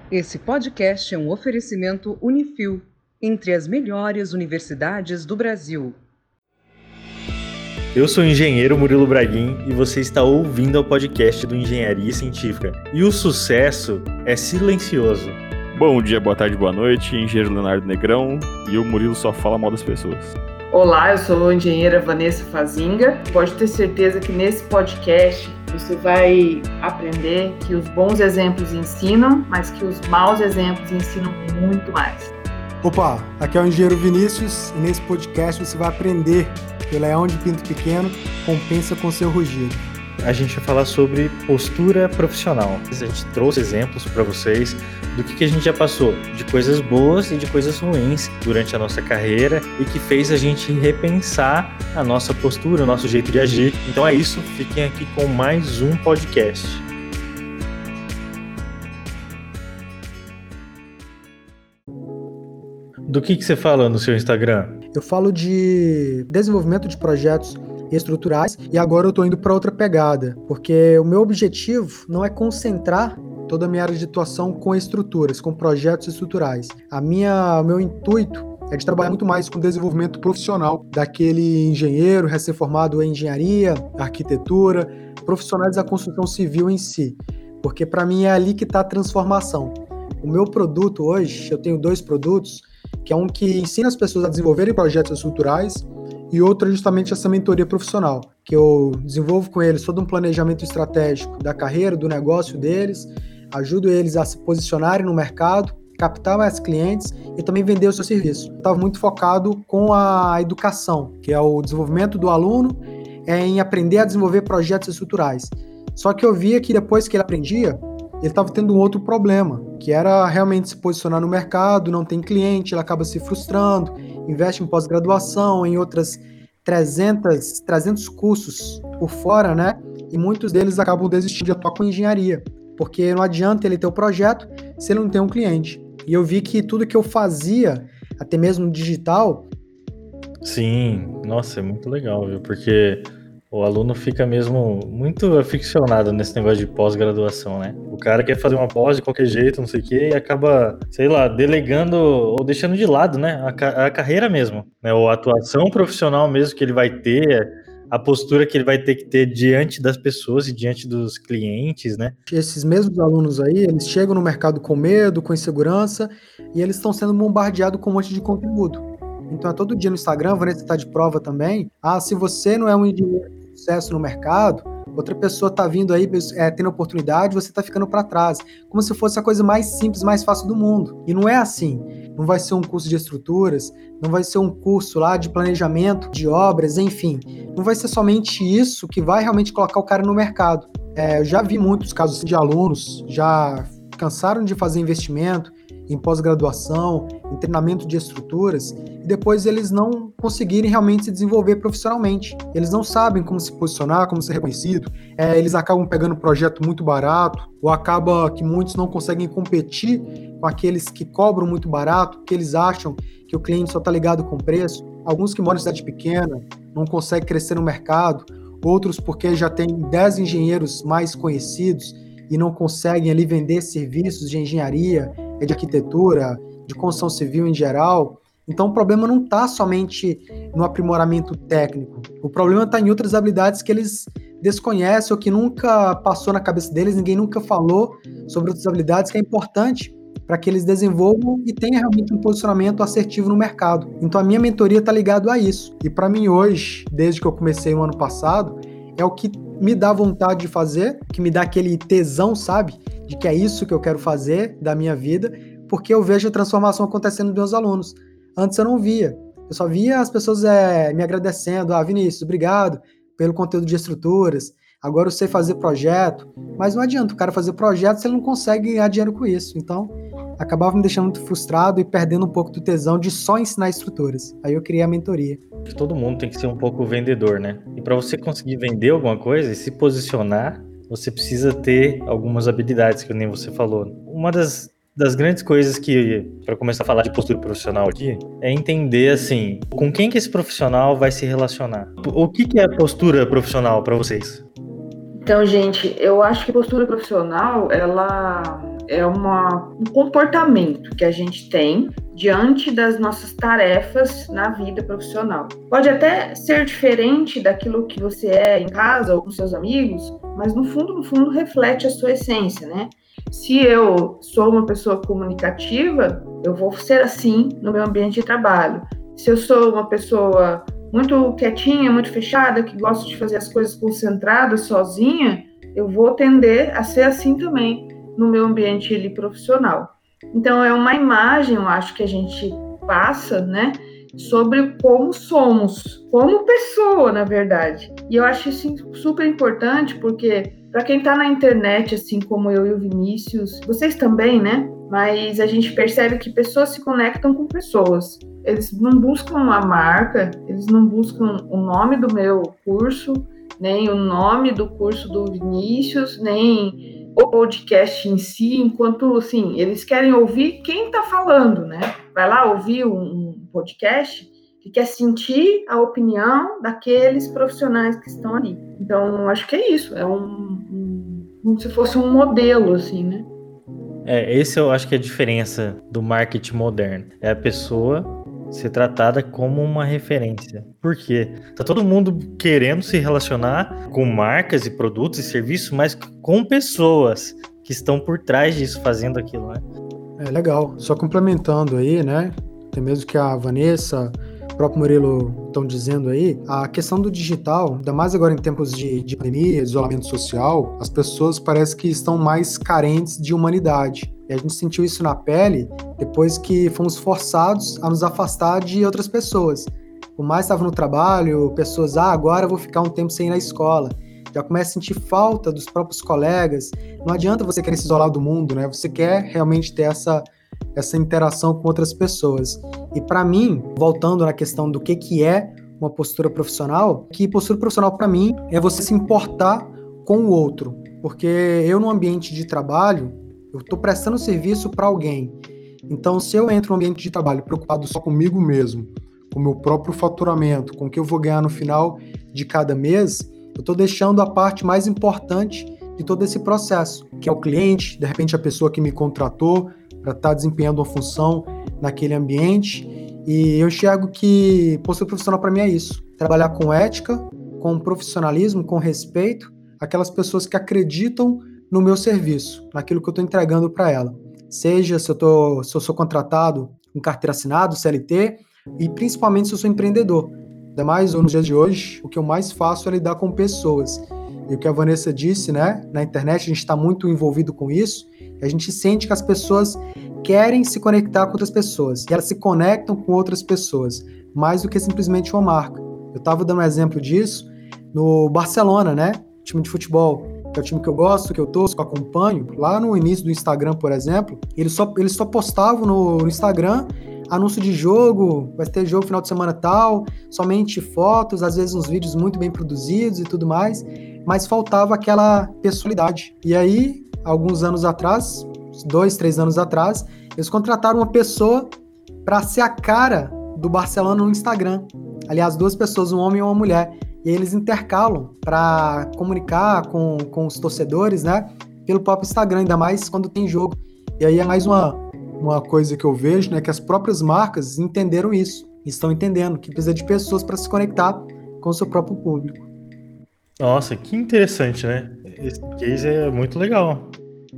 Esse podcast é um oferecimento Unifil, entre as melhores universidades do Brasil. Eu sou o engenheiro Murilo Braguin e você está ouvindo o podcast do Engenharia Científica. E o sucesso é silencioso. Bom dia, boa tarde, boa noite, engenheiro Leonardo Negrão, e o Murilo só fala mal das pessoas. Olá, eu sou a engenheira Vanessa Fazinga. Pode ter certeza que nesse podcast você vai aprender que os bons exemplos ensinam, mas que os maus exemplos ensinam muito mais. Opa, aqui é o engenheiro Vinícius e nesse podcast você vai aprender que o leão de pinto pequeno compensa com seu rugido. A gente vai falar sobre postura profissional. A gente trouxe exemplos para vocês do que a gente já passou, de coisas boas e de coisas ruins durante a nossa carreira e que fez a gente repensar a nossa postura, o nosso jeito de agir. Então é isso, fiquem aqui com mais um podcast. Do que você fala no seu Instagram? Eu falo de desenvolvimento de projetos estruturais e agora eu estou indo para outra pegada, porque o meu objetivo não é concentrar toda a minha área de atuação com estruturas, com projetos estruturais. O meu intuito é de trabalhar muito mais com desenvolvimento profissional daquele engenheiro recém-formado em engenharia, arquitetura, profissionais da construção civil em si, porque para mim é ali que está a transformação. O meu produto hoje, eu tenho 2 produtos, que é um que ensina as pessoas a desenvolverem projetos estruturais e outro é justamente essa mentoria profissional, que eu desenvolvo com eles todo um planejamento estratégico da carreira, do negócio deles, ajudo eles a se posicionarem no mercado, captar mais clientes e também vender o seu serviço. Estava muito focado com a educação, que é o desenvolvimento do aluno em aprender a desenvolver projetos estruturais. Só que eu via que depois que ele aprendia, ele estava tendo um outro problema, que era realmente se posicionar no mercado, não tem cliente, ele acaba se frustrando, investe em pós-graduação, em outras 300 cursos por fora, né? E muitos deles acabam desistindo de atuar com engenharia, porque não adianta ele ter o projeto se ele não tem um cliente. E eu vi que tudo que eu fazia, até mesmo no digital... Sim, nossa, é muito legal, viu? Porque o aluno fica mesmo muito aficionado nesse negócio de pós-graduação, né? O cara quer fazer uma pós de qualquer jeito, não sei o quê, e acaba, sei lá, delegando ou deixando de lado, né? A carreira mesmo, né? Ou a atuação profissional mesmo que ele vai ter, a postura que ele vai ter que ter diante das pessoas e diante dos clientes, né? Esses mesmos alunos aí, eles chegam no mercado com medo, com insegurança, e eles estão sendo bombardeados com um monte de conteúdo. Então, é todo dia no Instagram, Vanessa está de prova também. Se você não é um engenheiro de sucesso no mercado, outra pessoa está vindo aí, tendo oportunidade, você está ficando para trás. Como se fosse a coisa mais simples, mais fácil do mundo. E não é assim. Não vai ser um curso de estruturas, não vai ser um curso lá de planejamento de obras, enfim. Não vai ser somente isso que vai realmente colocar o cara no mercado. Eu já vi muitos casos de alunos, já cansaram de fazer investimento em pós-graduação, em treinamento de estruturas, e depois eles não conseguirem realmente se desenvolver profissionalmente. Eles não sabem como se posicionar, como ser reconhecido, eles acabam pegando um projeto muito barato, ou acaba que muitos não conseguem competir com aqueles que cobram muito barato, porque eles acham que o cliente só está ligado com preço. Alguns que moram em cidade pequena não conseguem crescer no mercado, outros porque já tem 10 engenheiros mais conhecidos e não conseguem ali vender serviços de engenharia, de arquitetura, de construção civil em geral. Então o problema não está somente no aprimoramento técnico, o problema está em outras habilidades que eles desconhecem ou que nunca passou na cabeça deles, ninguém nunca falou sobre outras habilidades que é importante para que eles desenvolvam e tenham realmente um posicionamento assertivo no mercado. Então a minha mentoria está ligada a isso. E para mim hoje, desde que eu comecei o ano passado, é o que me dá vontade de fazer, que me dá aquele tesão, sabe? De que é isso que eu quero fazer da minha vida, porque eu vejo a transformação acontecendo nos meus alunos. Antes eu não via. Eu só via as pessoas me agradecendo. Vinícius, obrigado pelo conteúdo de estruturas. Agora eu sei fazer projeto. Mas não adianta o cara fazer projeto se ele não consegue ganhar dinheiro com isso. Então, acabava me deixando muito frustrado e perdendo um pouco do tesão de só ensinar estruturas. Aí eu criei a mentoria. Todo mundo tem que ser um pouco vendedor, né? E para você conseguir vender alguma coisa e se posicionar, você precisa ter algumas habilidades, que nem você falou. Uma das grandes coisas que, para começar a falar de postura profissional aqui, é entender, assim, com quem que esse profissional vai se relacionar. O que é postura profissional para vocês? Então, gente, eu acho que postura profissional, ela é um comportamento que a gente tem diante das nossas tarefas na vida profissional. Pode até ser diferente daquilo que você é em casa ou com seus amigos, mas no fundo reflete a sua essência, né? Se eu sou uma pessoa comunicativa, eu vou ser assim no meu ambiente de trabalho. Se eu sou uma pessoa muito quietinha, muito fechada, que gosta de fazer as coisas concentrada, sozinha, eu vou tender a ser assim também no meu ambiente ali, profissional. Então, é uma imagem, eu acho, que a gente passa, né, sobre como somos, como pessoa, na verdade. E eu acho isso super importante, porque para quem está na internet, assim como eu e o Vinícius, vocês também, né? Mas a gente percebe que pessoas se conectam com pessoas. Eles não buscam uma marca, eles não buscam o nome do meu curso, nem o nome do curso do Vinícius, nem o podcast em si, enquanto, assim, eles querem ouvir quem está falando, né? Vai lá ouvir um podcast que quer sentir a opinião daqueles profissionais que estão ali. Então, acho que é isso, é como se fosse um modelo, assim, né? Esse eu acho que é a diferença do marketing moderno. É a pessoa ser tratada como uma referência. Por quê? Tá todo mundo querendo se relacionar com marcas e produtos e serviços, mas com pessoas que estão por trás disso, fazendo aquilo, né? É legal. Só complementando aí, né? Até mesmo que a Vanessa, o próprio Murilo estão dizendo aí, a questão do digital, ainda mais agora em tempos de pandemia, isolamento social, as pessoas parece que estão mais carentes de humanidade. E a gente sentiu isso na pele depois que fomos forçados a nos afastar de outras pessoas. Por mais que estava no trabalho, pessoas, agora eu vou ficar um tempo sem ir na escola. Já começa a sentir falta dos próprios colegas. Não adianta você querer se isolar do mundo, né? Você quer realmente ter essa interação com outras pessoas. E para mim, voltando na questão do que é uma postura profissional, que postura profissional para mim é você se importar com o outro. Porque eu, no ambiente de trabalho, eu estou prestando serviço para alguém. Então, se eu entro no ambiente de trabalho preocupado só comigo mesmo, com o meu próprio faturamento, com o que eu vou ganhar no final de cada mês, eu estou deixando a parte mais importante de todo esse processo, que é o cliente, de repente a pessoa que me contratou para estar desempenhando uma função naquele ambiente. E eu enxergo que postura profissional para mim é isso. Trabalhar com ética, com profissionalismo, com respeito, aquelas pessoas que acreditam no meu serviço, naquilo que eu estou entregando para ela. Seja se eu sou contratado com carteira assinada, CLT, e principalmente se eu sou empreendedor. Ainda mais nos dias de hoje, o que eu mais faço é lidar com pessoas. E o que a Vanessa disse, né? Na internet a gente está muito envolvido com isso, e a gente sente que as pessoas querem se conectar com outras pessoas, e elas se conectam com outras pessoas, mais do que simplesmente uma marca. Eu estava dando um exemplo disso no Barcelona, né? Time de futebol, que é o time que eu gosto, que eu torço, que eu acompanho. Lá no início do Instagram, por exemplo, eles só postavam no Instagram anúncio de jogo, vai ter jogo final de semana tal, somente fotos, às vezes uns vídeos muito bem produzidos e tudo mais, mas faltava aquela pessoalidade. E aí, alguns anos atrás, 2, 3 anos atrás, eles contrataram uma pessoa para ser a cara do Barcelona no Instagram. Aliás, 2 pessoas, um homem e uma mulher. E aí eles intercalam para comunicar com os torcedores, né? Pelo próprio Instagram, ainda mais quando tem jogo. E aí é mais uma coisa que eu vejo, né? Que as próprias marcas entenderam isso. Estão entendendo que precisa de pessoas para se conectar com o seu próprio público. Nossa, que interessante, né? Esse case é muito legal.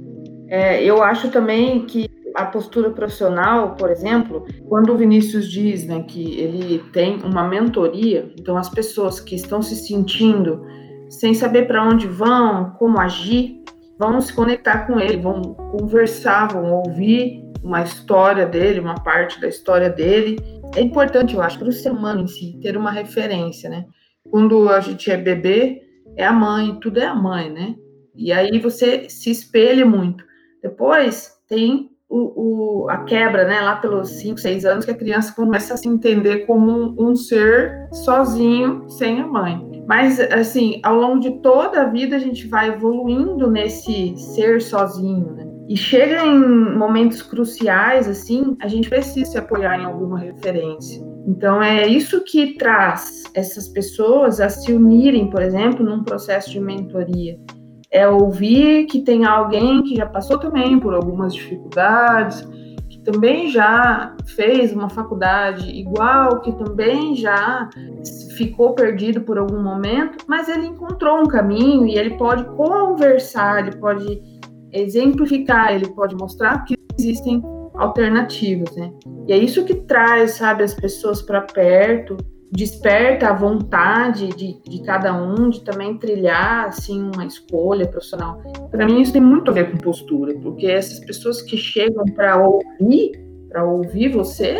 Eu acho também que a postura profissional, por exemplo, quando o Vinícius diz, né, que ele tem uma mentoria, então as pessoas que estão se sentindo sem saber para onde vão, como agir, vão se conectar com ele, vão conversar, vão ouvir uma história dele, uma parte da história dele. É importante, eu acho, para o ser humano em si, ter uma referência, né? Quando a gente é bebê, é a mãe, tudo é a mãe, né? E aí você se espelha muito. Depois tem a quebra, né? Lá pelos 5, 6 anos que a criança começa a se entender como um ser sozinho, sem a mãe. Mas, assim, ao longo de toda a vida a gente vai evoluindo nesse ser sozinho, né? E chega em momentos cruciais, assim, a gente precisa se apoiar em alguma referência. Então, é isso que traz essas pessoas a se unirem, por exemplo, num processo de mentoria. é ouvir que tem alguém que já passou também por algumas dificuldades, que também já fez uma faculdade igual, que também já ficou perdido por algum momento, mas ele encontrou um caminho e ele pode conversar, ele pode exemplificar, ele pode mostrar que existem alternativas, né? E é isso que traz, sabe, as pessoas para perto, desperta a vontade de cada um de também trilhar, assim, uma escolha profissional. Para mim isso tem muito a ver com postura, porque essas pessoas que chegam para ouvir você,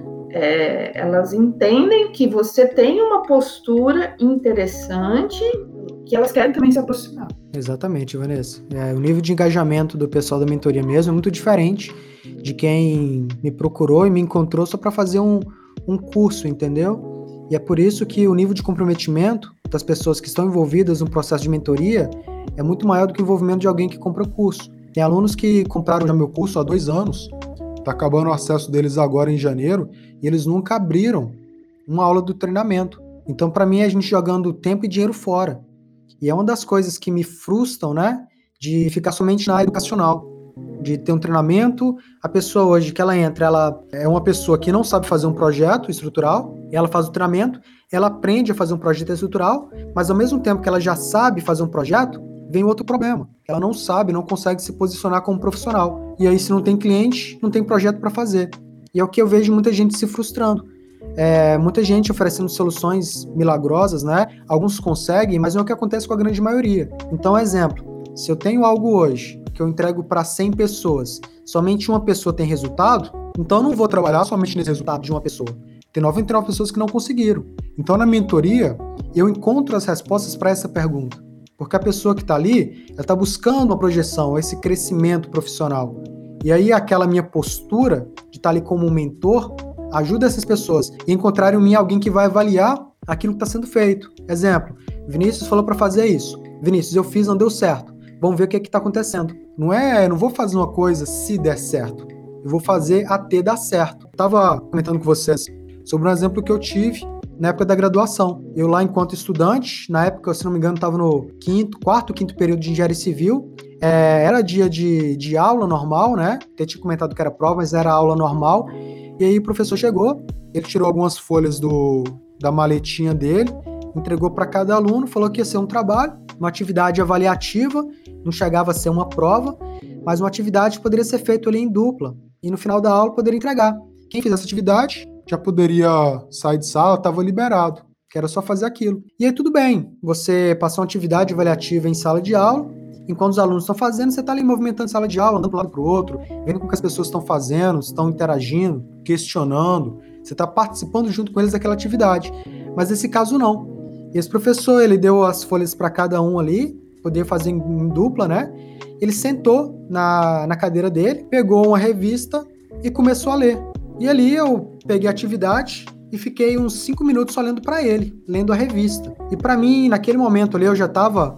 elas entendem que você tem uma postura interessante, que elas querem também se aproximar. Exatamente, Vanessa. O nível de engajamento do pessoal da mentoria mesmo é muito diferente de quem me procurou e me encontrou só para fazer um curso, entendeu? E é por isso que o nível de comprometimento das pessoas que estão envolvidas no processo de mentoria é muito maior do que o envolvimento de alguém que compra o curso. Tem alunos que compraram já meu curso há 2 anos, está acabando o acesso deles agora em janeiro, e eles nunca abriram uma aula do treinamento. Então, para mim, é a gente jogando tempo e dinheiro fora. E é uma das coisas que me frustram, né, de ficar somente na área educacional, de ter um treinamento. A pessoa hoje que ela entra, ela é uma pessoa que não sabe fazer um projeto estrutural, ela faz o treinamento, ela aprende a fazer um projeto estrutural, mas ao mesmo tempo que ela já sabe fazer um projeto, vem outro problema. Ela não sabe, não consegue se posicionar como profissional. E aí, se não tem cliente, não tem projeto para fazer. E é o que eu vejo muita gente se frustrando. Muita gente oferecendo soluções milagrosas, né? Alguns conseguem, mas não é o que acontece com a grande maioria. Então, exemplo, se eu tenho algo hoje que eu entrego para 100 pessoas, somente uma pessoa tem resultado, então eu não vou trabalhar somente nesse resultado de uma pessoa. Tem 99 pessoas que não conseguiram. Então, na mentoria, eu encontro as respostas para essa pergunta. Porque a pessoa que está ali, ela está buscando uma projeção, esse crescimento profissional. E aí, aquela minha postura de estar ali como um mentor ajuda essas pessoas a encontrarem em mim alguém que vai avaliar aquilo que está sendo feito. Exemplo, Vinícius falou para fazer isso. Vinícius, eu fiz, não deu certo. Vamos ver o que está acontecendo. Eu não vou fazer uma coisa se der certo. Eu vou fazer até dar certo. Eu estava comentando com vocês sobre um exemplo que eu tive na época da graduação. Eu lá, enquanto estudante, na época, se não me engano, estava no quarto, quinto período de engenharia civil. Era dia de aula normal, né? Até tinha comentado que era prova, mas era aula normal. E aí o professor chegou, ele tirou algumas folhas da maletinha dele, entregou para cada aluno, falou que ia ser um trabalho, uma atividade avaliativa, não chegava a ser uma prova, mas uma atividade que poderia ser feita ali em dupla. E no final da aula poderia entregar. Quem fizesse essa atividade já poderia sair de sala, estava liberado, que era só fazer aquilo. E aí tudo bem, você passou uma atividade avaliativa em sala de aula, enquanto os alunos estão fazendo, você está ali movimentando a sala de aula, andando para um lado para o outro, vendo o que as pessoas estão fazendo, estão interagindo, questionando, você está participando junto com eles daquela atividade. Mas nesse caso não. Esse professor, ele deu as folhas para cada um ali, podia fazer em dupla, né? Ele sentou na cadeira dele, pegou uma revista e começou a ler. E ali eu peguei a atividade e fiquei uns 5 minutos só lendo para ele, lendo a revista. E para mim, naquele momento ali, eu já estava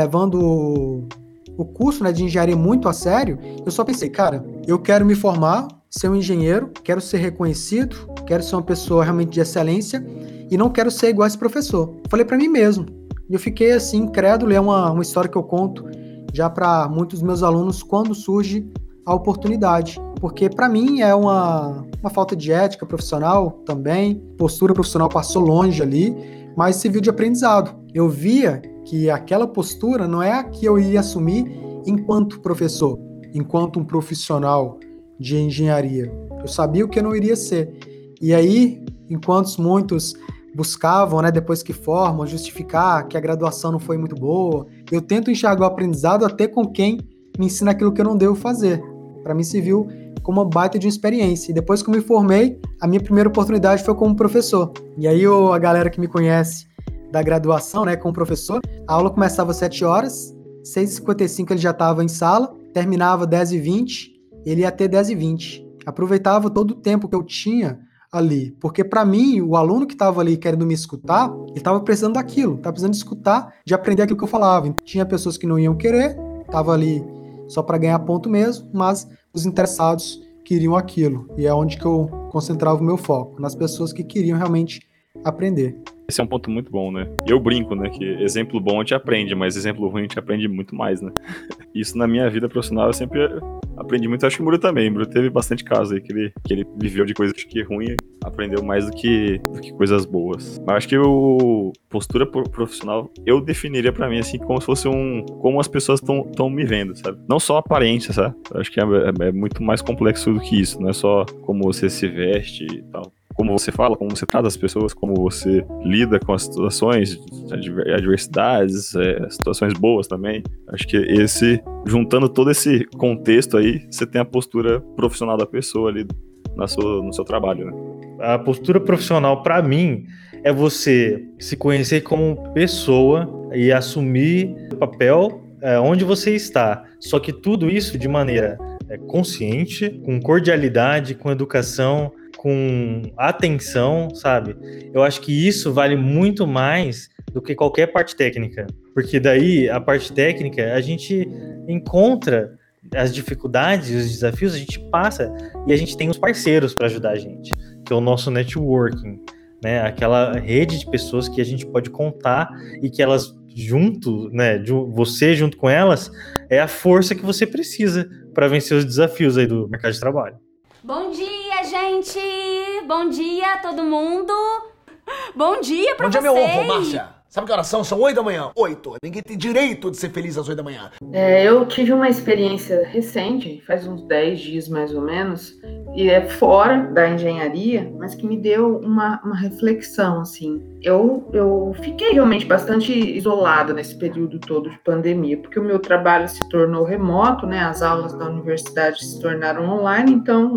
levando o curso, né, de engenharia muito a sério. Eu só pensei, cara, eu quero me formar, ser um engenheiro, quero ser reconhecido, quero ser uma pessoa realmente de excelência e não quero ser igual a esse professor. Falei para mim mesmo. E eu fiquei assim, incrédulo. É uma história que eu conto já para muitos dos meus alunos quando surge a oportunidade. Porque para mim é uma falta de ética profissional também, postura profissional passou longe ali, mas serviu de aprendizado. Eu via que aquela postura não é a que eu ia assumir enquanto professor, enquanto um profissional de engenharia. Eu sabia o que eu não iria ser. E aí, enquanto muitos buscavam, né, depois que formam, justificar que a graduação não foi muito boa, eu tento enxergar o aprendizado até com quem me ensina aquilo que eu não devo fazer. Para mim, serviu como uma baita de uma experiência. E depois que eu me formei, a minha primeira oportunidade foi como professor. E aí, a galera que me conhece da graduação, né, como professor, a aula começava às 7 horas, 6h55 ele já estava em sala, terminava 10h20, ele ia até 10h20. Aproveitava todo o tempo que eu tinha ali, porque para mim, o aluno que estava ali querendo me escutar, ele estava precisando daquilo, estava precisando de escutar, de aprender aquilo que eu falava. Tinha pessoas que não iam querer, estava ali só para ganhar ponto mesmo, mas os interessados queriam aquilo, e é onde que eu concentrava o meu foco, nas pessoas que queriam realmente aprender. Esse é um ponto muito bom, né? Eu brinco, né? Que exemplo bom a gente aprende, mas exemplo ruim a gente aprende muito mais, né? Isso na minha vida profissional eu sempre aprendi muito. Acho que o Muro também. O Muro teve bastante casos aí que ele viveu de coisas que ruim, aprendeu mais do que coisas boas. Mas acho que o postura profissional eu definiria pra mim assim como se fosse como as pessoas estão me vendo, sabe? Não só a aparência, sabe? Acho que é muito mais complexo do que isso. Não é só como você se veste e tal. Como você fala, como você trata as pessoas, como você lida com as situações, adversidades, situações boas também. Acho que juntando todo esse contexto aí, você tem a postura profissional da pessoa ali no seu trabalho, né? A postura profissional, para mim, é você se conhecer como pessoa e assumir o papel onde você está. Só que tudo isso de maneira consciente, com cordialidade, com educação, com atenção, sabe? Eu acho que isso vale muito mais do que qualquer parte técnica. Porque daí, a parte técnica, a gente encontra as dificuldades, os desafios, a gente passa e a gente tem os parceiros para ajudar a gente, que é o nosso networking, né? Aquela rede de pessoas que a gente pode contar e que elas junto, né, você junto com elas, é a força que você precisa para vencer os desafios aí do mercado de trabalho. Bom dia, gente! Bom dia, todo mundo! Bom dia pra vocês! Bom dia, meu ovo, Márcia! Sabe que horas são? São 8 da manhã. 8. Ninguém tem direito de ser feliz às 8 da manhã. Eu tive uma experiência recente, faz uns 10 dias mais ou menos, e é fora da engenharia, mas que me deu uma reflexão, assim. Eu fiquei realmente bastante isolada nesse período todo de pandemia, porque o meu trabalho se tornou remoto, né? As aulas da universidade se tornaram online, então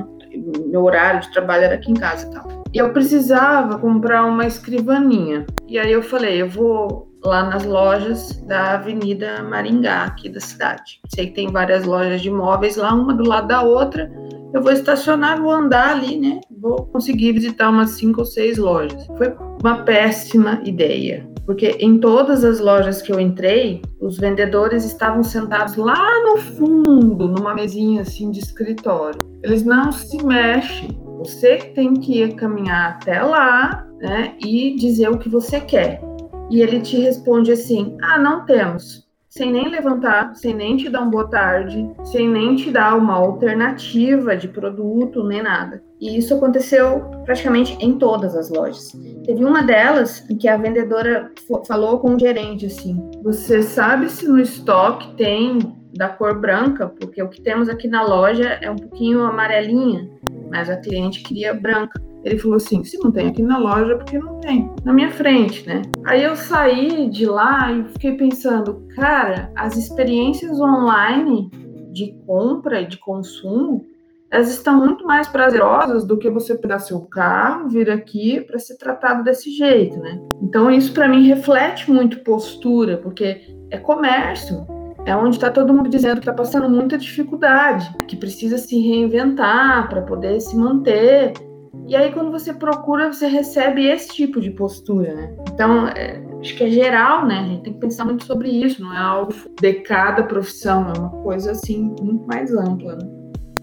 meu horário de trabalho era aqui em casa e tal. E eu precisava comprar uma escrivaninha. E aí eu falei, eu vou lá nas lojas da Avenida Maringá, aqui da cidade. Sei que tem várias lojas de móveis lá, uma do lado da outra. Eu vou estacionar, vou andar ali, né? Vou conseguir visitar umas 5 ou 6 lojas. Foi uma péssima ideia, porque em todas as lojas que eu entrei, os vendedores estavam sentados lá no fundo, numa mesinha assim de escritório. Eles não se mexem. Você tem que caminhar até lá, né, e dizer o que você quer. E ele te responde assim, não temos. Sem nem levantar, sem nem te dar um boa tarde, sem nem te dar uma alternativa de produto, nem nada. E isso aconteceu praticamente em todas as lojas. Teve uma delas em que a vendedora falou com o gerente assim, você sabe se no estoque tem da cor branca? Porque o que temos aqui na loja é um pouquinho amarelinha, mas a cliente queria branca. Ele falou assim, se não tem aqui na loja, é porque não tem. Na minha frente, né? Aí eu saí de lá e fiquei pensando, cara, as experiências online de compra e de consumo, elas estão muito mais prazerosas do que você pegar seu carro, vir aqui para ser tratado desse jeito, né? Então isso para mim reflete muito postura, porque é comércio. É onde está todo mundo dizendo que está passando muita dificuldade, que precisa se reinventar para poder se manter. E aí, quando você procura, você recebe esse tipo de postura, né? Então, acho que é geral, né? A gente tem que pensar muito sobre isso, não é algo de cada profissão, é uma coisa, assim, muito mais ampla, né?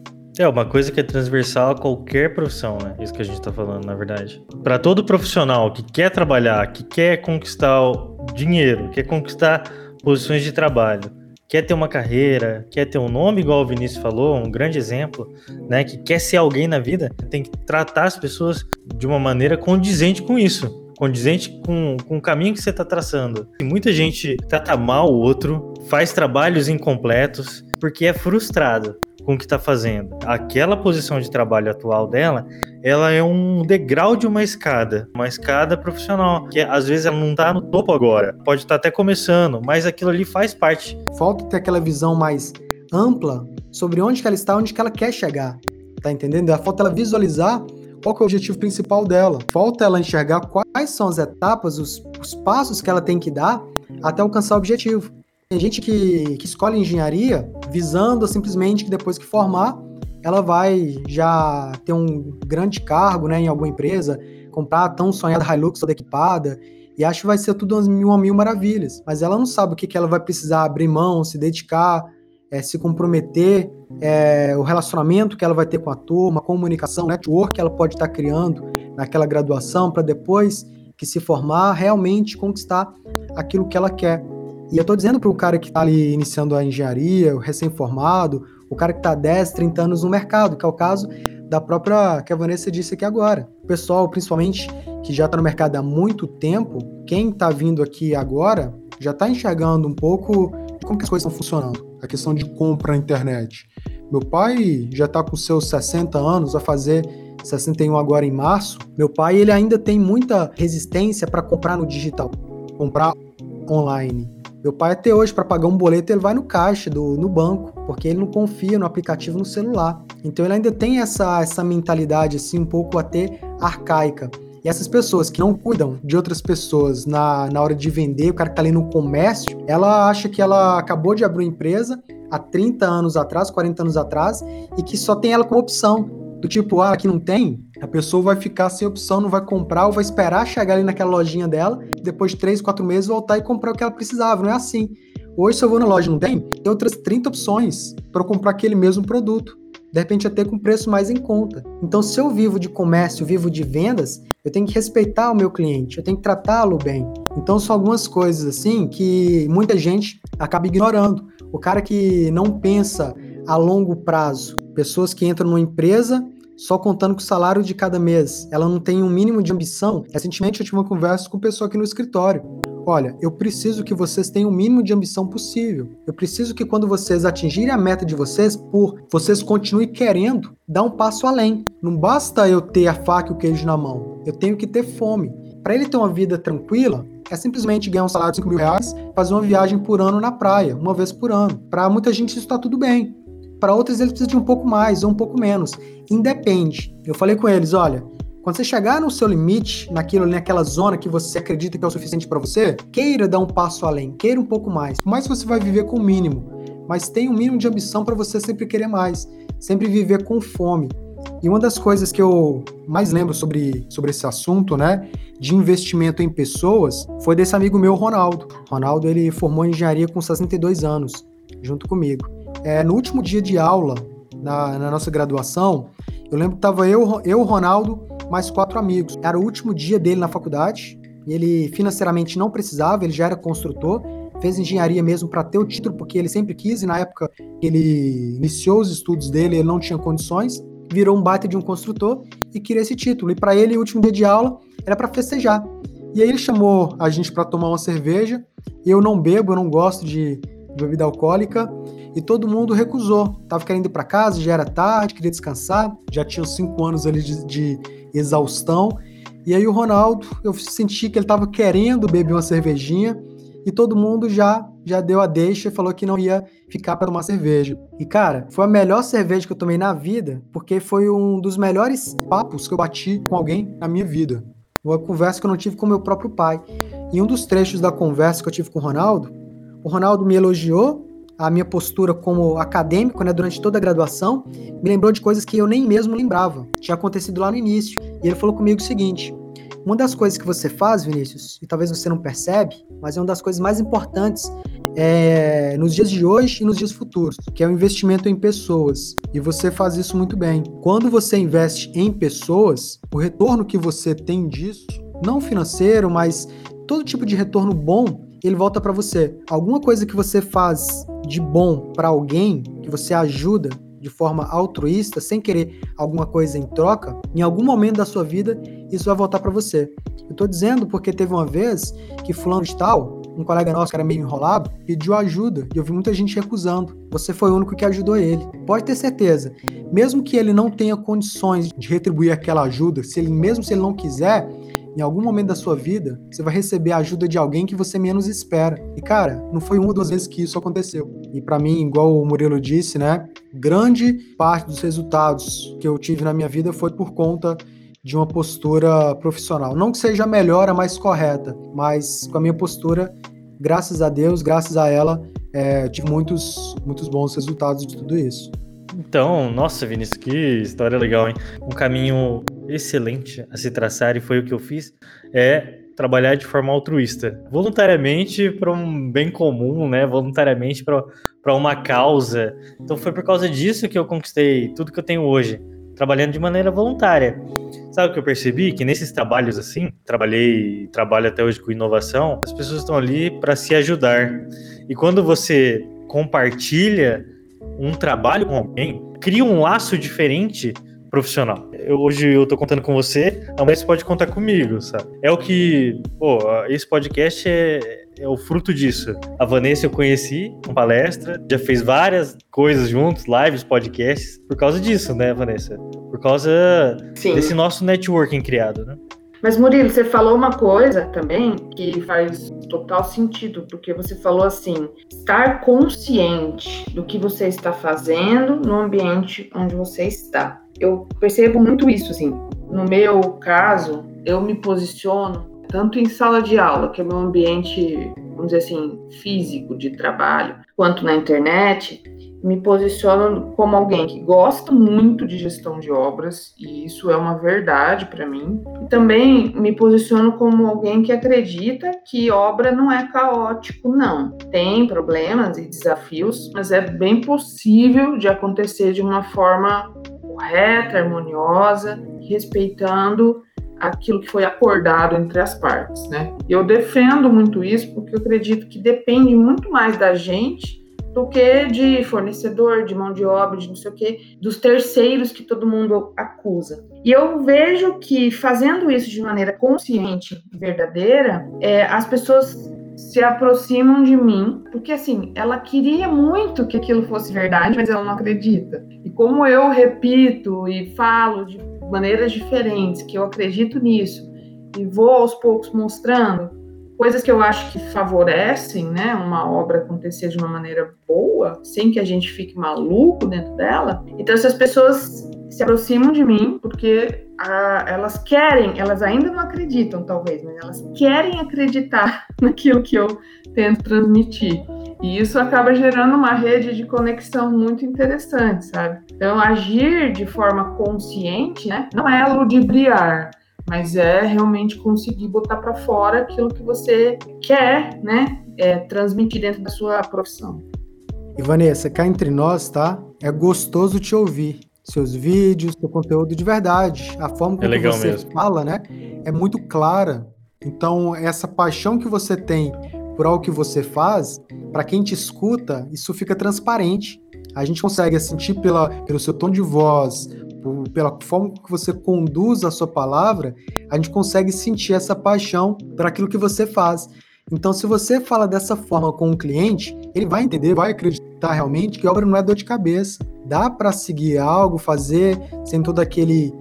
É uma coisa que é transversal a qualquer profissão, né? Isso que a gente está falando, na verdade. Para todo profissional que quer trabalhar, que quer conquistar o dinheiro, quer conquistar posições de trabalho, quer ter uma carreira, quer ter um nome, igual o Vinícius falou, um grande exemplo, né, que quer ser alguém na vida, tem que tratar as pessoas de uma maneira condizente com isso, condizente com o caminho que você está traçando. E muita gente trata mal o outro, faz trabalhos incompletos, porque é frustrado com o que está fazendo. Aquela posição de trabalho atual dela, ela é um degrau de uma escada profissional, que às vezes ela não está no topo agora, pode estar até começando, mas aquilo ali faz parte. Falta ter aquela visão mais ampla sobre onde que ela está, onde que ela quer chegar, tá entendendo? Falta ela visualizar qual que é o objetivo principal dela, falta ela enxergar quais são as etapas, os passos que ela tem que dar até alcançar o objetivo. Tem gente que escolhe engenharia visando simplesmente que depois que formar, ela vai já ter um grande cargo, né, em alguma empresa, comprar a tão sonhada Hilux toda equipada, e acha que vai ser tudo uma mil maravilhas. Mas ela não sabe o que ela vai precisar abrir mão, se dedicar, se comprometer, o relacionamento que ela vai ter com a turma, a comunicação, network que ela pode estar criando naquela graduação, para depois que se formar, realmente conquistar aquilo que ela quer. E eu tô dizendo para o cara que está ali iniciando a engenharia, o recém-formado, o cara que está há 10, 30 anos no mercado, que é o caso da própria que a Vanessa disse aqui agora. O pessoal, principalmente, que já está no mercado há muito tempo, quem está vindo aqui agora já está enxergando um pouco como que as coisas estão funcionando. A questão de compra na internet. Meu pai já está com seus 60 anos, vai fazer 61 agora em março. Meu pai, ele ainda tem muita resistência para comprar no digital, comprar online. Meu pai até hoje, para pagar um boleto, ele vai no caixa, no banco, porque ele não confia no aplicativo no celular. Então ele ainda tem essa mentalidade assim, um pouco até arcaica. E essas pessoas que não cuidam de outras pessoas na hora de vender, o cara que está ali no comércio, ela acha que ela acabou de abrir uma empresa há 30 anos atrás, 40 anos atrás, e que só tem ela como opção. Do tipo, aqui não tem, a pessoa vai ficar sem opção, não vai comprar, ou vai esperar chegar ali naquela lojinha dela, depois de 3, 4 meses voltar e comprar o que ela precisava. Não é assim. Hoje, se eu vou na loja e não tem outras 30 opções para eu comprar aquele mesmo produto. De repente, até com preço mais em conta. Então, se eu vivo de comércio, vivo de vendas, eu tenho que respeitar o meu cliente, eu tenho que tratá-lo bem. Então, são algumas coisas assim que muita gente acaba ignorando. O cara que não pensa a longo prazo, pessoas que entram numa empresa só contando com o salário de cada mês, ela não tem um mínimo de ambição. Recentemente eu tive uma conversa com uma pessoa aqui no escritório. Olha, eu preciso que vocês tenham o mínimo de ambição possível. Eu preciso que quando vocês atingirem a meta de vocês, vocês continuem querendo dar um passo além. Não basta eu ter a faca e o queijo na mão, eu tenho que ter fome. Para ele ter uma vida tranquila, é simplesmente ganhar um salário de R$5.000, fazer uma viagem por ano na praia, uma vez por ano. Para muita gente isso está tudo bem. Para outros, eles precisam de um pouco mais ou um pouco menos. Independe. Eu falei com eles, olha, quando você chegar no seu limite, naquela zona que você acredita que é o suficiente para você, queira dar um passo além, queira um pouco mais. Por mais que você vai viver com o mínimo, mas tenha um mínimo de ambição para você sempre querer mais, sempre viver com fome. E uma das coisas que eu mais lembro sobre esse assunto, né, de investimento em pessoas, foi desse amigo meu, Ronaldo. Ronaldo, ele formou engenharia com 62 anos, junto comigo. No último dia de aula, na nossa graduação, eu lembro que estava eu, Ronaldo, mais 4 amigos. Era o último dia dele na faculdade, e ele financeiramente não precisava, ele já era construtor, fez engenharia mesmo para ter o título, porque ele sempre quis, e na época ele iniciou os estudos dele, ele não tinha condições, virou um baita de um construtor e queria esse título. E para ele, o último dia de aula era para festejar. E aí ele chamou a gente para tomar uma cerveja, eu não bebo, eu não gosto de bebida alcoólica, e todo mundo recusou. Tava querendo ir para casa, já era tarde, queria descansar, já tinha 5 anos ali de exaustão. E aí o Ronaldo, eu senti que ele tava querendo beber uma cervejinha, e todo mundo já deu a deixa e falou que não ia ficar para tomar cerveja. E cara, foi a melhor cerveja que eu tomei na vida, porque foi um dos melhores papos que eu bati com alguém na minha vida. Uma conversa que eu não tive com meu próprio pai. E um dos trechos da conversa que eu tive com o Ronaldo me elogiou a minha postura como acadêmico, né, durante toda a graduação, me lembrou de coisas que eu nem mesmo lembrava. Tinha acontecido lá no início. E ele falou comigo o seguinte: uma das coisas que você faz, Vinícius, e talvez você não percebe, mas é uma das coisas mais importantes nos dias de hoje e nos dias futuros, que é o investimento em pessoas. E você faz isso muito bem. Quando você investe em pessoas, o retorno que você tem disso, não financeiro, mas todo tipo de retorno bom, ele volta para você. Alguma coisa que você faz de bom para alguém, que você ajuda de forma altruísta, sem querer alguma coisa em troca, em algum momento da sua vida, isso vai voltar para você. Eu tô dizendo porque teve uma vez que fulano de tal, um colega nosso que era meio enrolado, pediu ajuda, e eu vi muita gente recusando. Você foi o único que ajudou ele. Pode ter certeza, mesmo que ele não tenha condições de retribuir aquela ajuda, mesmo se ele não quiser, em algum momento da sua vida, você vai receber a ajuda de alguém que você menos espera. E cara, não foi uma ou duas vezes que isso aconteceu. E pra mim, igual o Murilo disse, né, grande parte dos resultados que eu tive na minha vida foi por conta de uma postura profissional. Não que seja a melhor, a mais correta, mas com a minha postura, graças a Deus, graças a ela, tive muitos bons resultados de tudo isso. Então, nossa, Vinícius, que história legal, hein? Um caminho excelente a se traçar, e foi o que eu fiz, trabalhar de forma altruísta, voluntariamente para um bem comum, né? Voluntariamente para uma causa. Então foi por causa disso que eu conquistei tudo que eu tenho hoje, trabalhando de maneira voluntária. sabe o que eu percebi? Que nesses trabalhos assim, trabalho até hoje com inovação, as pessoas estão ali para se ajudar. E quando você compartilha um trabalho com alguém, cria um laço diferente profissional. Hoje eu tô contando com você, amanhã você pode contar comigo, sabe? É o que, esse podcast é o fruto disso. A Vanessa eu conheci com palestra, já fez várias coisas juntos, lives, podcasts, por causa disso, né, Vanessa? Por causa desse nosso networking criado, né? Mas, Murilo, você falou uma coisa também que faz total sentido, porque você falou assim, estar consciente do que você está fazendo no ambiente onde você está. Eu percebo muito isso, assim. No meu caso, eu me posiciono tanto em sala de aula, que é o meu ambiente, vamos dizer assim, físico de trabalho, quanto na internet, me posiciono como alguém que gosta muito de gestão de obras, e isso é uma verdade para mim. E também me posiciono como alguém que acredita que obra não é caótico, não. Tem problemas e desafios, mas é bem possível de acontecer de uma forma correta, harmoniosa, respeitando aquilo que foi acordado entre as partes, né? Eu defendo muito isso porque eu acredito que depende muito mais da gente do que de fornecedor, de mão de obra, de não sei o quê, dos terceiros que todo mundo acusa. E eu vejo que fazendo isso de maneira consciente e verdadeira, as pessoas se aproximam de mim, porque assim, ela queria muito que aquilo fosse verdade, mas ela não acredita. E como eu repito e falo de maneiras diferentes, que eu acredito nisso, e vou aos poucos mostrando coisas que eu acho que favorecem, né, uma obra acontecer de uma maneira boa, sem que a gente fique maluco dentro dela. Então essas pessoas se aproximam de mim porque elas querem, elas ainda não acreditam talvez, mas elas querem acreditar naquilo que eu tento transmitir. E isso acaba gerando uma rede de conexão muito interessante, sabe? Então agir de forma consciente, né, não é ludibriar, mas é realmente conseguir botar para fora aquilo que você quer, né, transmitir dentro da sua profissão. E Vanessa, cá entre nós, tá? É gostoso te ouvir. Seus vídeos, seu conteúdo de verdade. A forma como você mesmo fala, né, é muito clara. Então, essa paixão que você tem por algo que você faz, para quem te escuta, isso fica transparente. A gente consegue sentir pelo seu tom de voz, pela forma que você conduz a sua palavra, a gente consegue sentir essa paixão por aquilo que você faz. Então, se você fala dessa forma com o cliente, ele vai entender, vai acreditar realmente que a obra não é dor de cabeça. Dá para seguir algo, fazer, sem todo aquele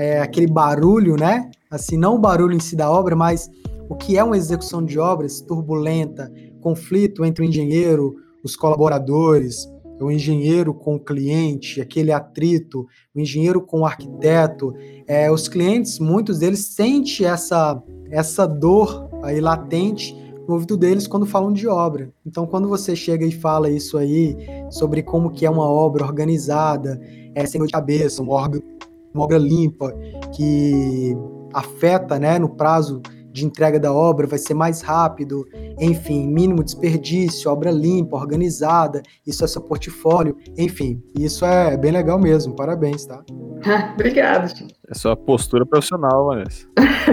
barulho, né? Assim, não o barulho em si da obra, mas o que é uma execução de obras turbulenta, conflito entre o engenheiro, os colaboradores, o engenheiro com o cliente, aquele atrito, o engenheiro com o arquiteto. Os clientes, muitos deles sentem essa dor aí latente no ouvido deles quando falam de obra. Então, quando você chega e fala isso aí, sobre como que é uma obra organizada, sem dor de cabeça, uma obra limpa, que afeta, né, no prazo de entrega da obra, vai ser mais rápido, enfim, mínimo desperdício, obra limpa, organizada, isso é seu portfólio, enfim, isso é bem legal mesmo, parabéns, tá? Obrigada, gente. É sua postura profissional, Vanessa.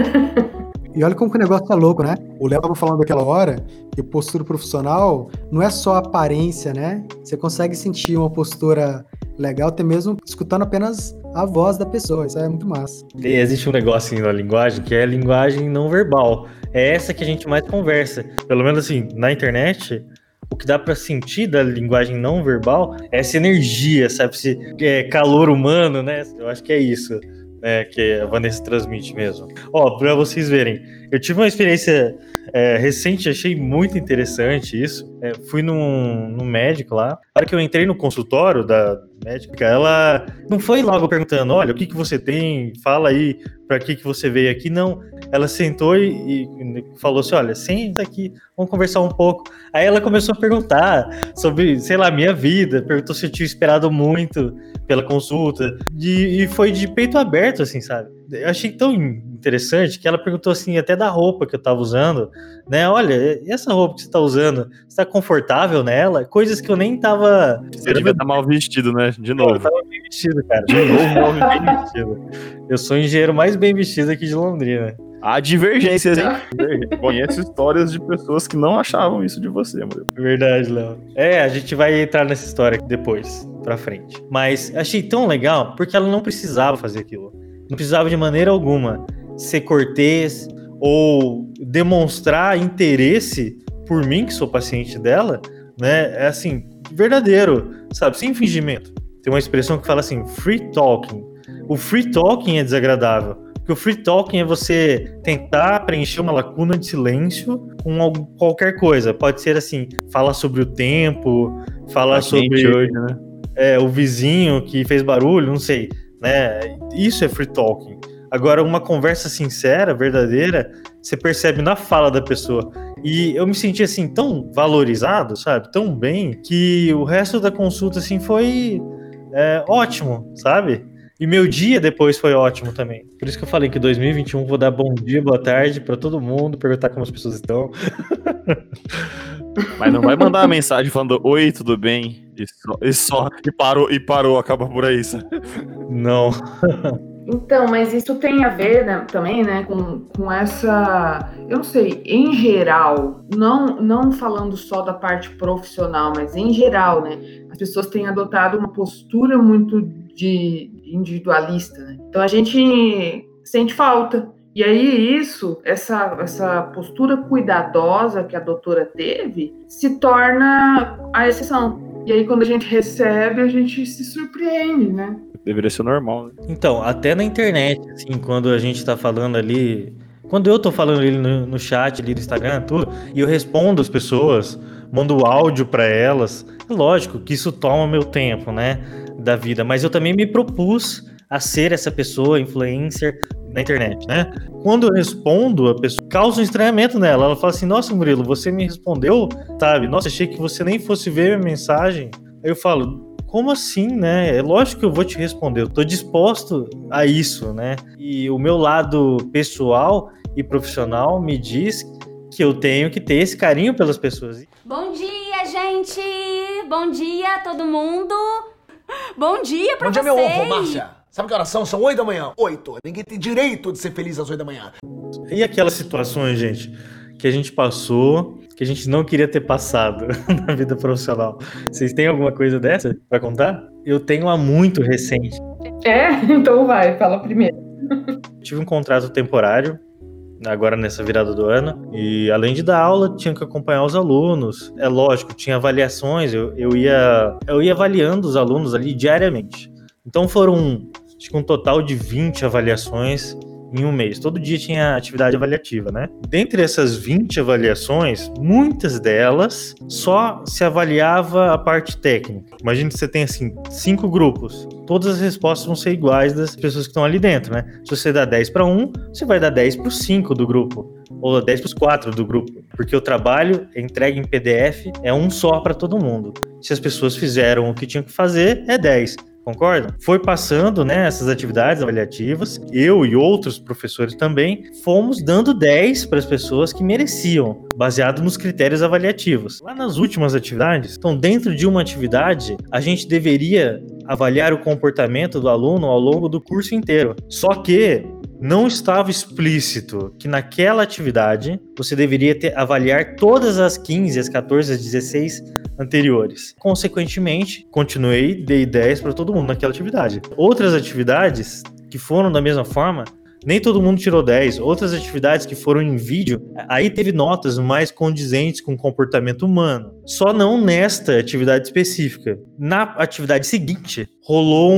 E olha como que o negócio é louco, né? O Léo estava falando daquela hora que postura profissional não é só aparência, né? Você consegue sentir uma postura legal até mesmo escutando apenas a voz da pessoa. Isso é muito massa. E existe um negócio na linguagem que é a linguagem não verbal. É essa que a gente mais conversa. Pelo menos assim, na internet, o que dá pra sentir da linguagem não verbal é essa energia, sabe? Esse calor humano, né? Eu acho que é isso. Que a Vanessa transmite mesmo. Pra vocês verem, eu tive uma experiência recente, achei muito interessante isso. Fui num médico lá. Na hora que eu entrei no consultório da médica, ela não foi logo perguntando, olha, o que você tem? Fala aí, pra que você veio aqui? Não, ela sentou e falou assim, olha, senta aqui, vamos conversar um pouco. Aí ela começou a perguntar sobre, sei lá, minha vida, perguntou se eu tinha esperado muito pela consulta, e foi de peito aberto, assim, sabe? Eu achei tão interessante que ela perguntou assim, até da roupa que eu tava usando, né? Olha, e essa roupa que você tá usando, você tá confortável nela? Coisas que eu nem tava... Você devia estar mal vestido, né? De novo. Eu tava meio vestido, cara. De novo, nome bem vestido. Eu sou o engenheiro mais bem vestido aqui de Londrina. Há divergências, hein? Conheço histórias de pessoas que não achavam isso de você, Murilo. Verdade, Léo. A gente vai entrar nessa história depois, pra frente. Mas achei tão legal porque ela não precisava fazer aquilo. Não precisava de maneira alguma ser cortês ou demonstrar interesse por mim, que sou paciente dela, né? É assim, verdadeiro, sabe? Sem fingimento. Tem uma expressão que fala assim, free talking. O free talking é desagradável. Porque o free talking é você tentar preencher uma lacuna de silêncio com qualquer coisa. Pode ser assim, falar sobre o tempo, falar sobre hoje, né? O vizinho que fez barulho, não sei, né? Isso é free talking. Agora, uma conversa sincera, verdadeira, você percebe na fala da pessoa. E eu me senti, assim, tão valorizado, sabe? Tão bem, que o resto da consulta, assim, foi ótimo, sabe? E meu dia depois foi ótimo também. Por isso que eu falei que 2021 vou dar bom dia, boa tarde pra todo mundo, perguntar como as pessoas estão. Mas não vai mandar uma mensagem falando oi, tudo bem? E parou, acaba por aí. Não. Então, mas isso tem a ver, né, também, né, com essa, eu não sei, em geral, não falando só da parte profissional, mas em geral, né, as pessoas têm adotado uma postura muito de individualista, né? Então a gente sente falta. E aí essa postura cuidadosa que a doutora teve se torna a exceção. E aí quando a gente recebe, a gente se surpreende, né? Deveria ser normal, né? Então, até na internet, assim, quando a gente tá falando ali... Quando eu tô falando ali no chat, ali no Instagram, tudo, e eu respondo as pessoas, mando áudio pra elas, é lógico que isso toma meu tempo, né, da vida, mas eu também me propus a ser essa pessoa, influencer, na internet, né? Quando eu respondo, a pessoa causa um estranhamento nela, ela fala assim, nossa, Murilo, você me respondeu, sabe? Nossa, achei que você nem fosse ver minha mensagem. Aí eu falo... Como assim, né? É lógico que eu vou te responder, eu tô disposto a isso, né? E o meu lado pessoal e profissional me diz que eu tenho que ter esse carinho pelas pessoas. Bom dia, gente! Bom dia, todo mundo! Bom dia pra vocês! Bom dia, meu ovo, Márcia! Sabe que horas são? São 8 da manhã. 8. Ninguém tem direito de ser feliz às 8 da manhã. E aquelas situações, gente, que a gente passou... que a gente não queria ter passado na vida profissional. Vocês têm alguma coisa dessa pra contar? Eu tenho uma muito recente. Então vai, fala primeiro. Tive um contrato temporário, agora nessa virada do ano, e além de dar aula, tinha que acompanhar os alunos. É lógico, tinha avaliações, eu ia avaliando os alunos ali diariamente. Então foram, acho que um total de 20 avaliações em um mês. Todo dia tinha atividade avaliativa, né? Dentre essas 20 avaliações, muitas delas só se avaliava a parte técnica. Imagina que você tem, assim, 5 grupos. Todas as respostas vão ser iguais das pessoas que estão ali dentro, né? Se você dá 10 para um, você vai dar 10 para os 5 do grupo. Ou 10 para os 4 do grupo. Porque o trabalho entregue em PDF é um só para todo mundo. Se as pessoas fizeram o que tinham que fazer, é 10. Concorda? Foi passando, né, essas atividades avaliativas, eu e outros professores também fomos dando 10 para as pessoas que mereciam, baseado nos critérios avaliativos. Lá nas últimas atividades, então dentro de uma atividade, a gente deveria avaliar o comportamento do aluno ao longo do curso inteiro. Só que não estava explícito que naquela atividade você deveria avaliar todas as 15, as 14, as 16 anteriores. Consequentemente, continuei, dei 10 para todo mundo naquela atividade. Outras atividades que foram da mesma forma, nem todo mundo tirou 10. Outras atividades que foram em vídeo, aí teve notas mais condizentes com o comportamento humano. Só não nesta atividade específica. Na atividade seguinte, rolou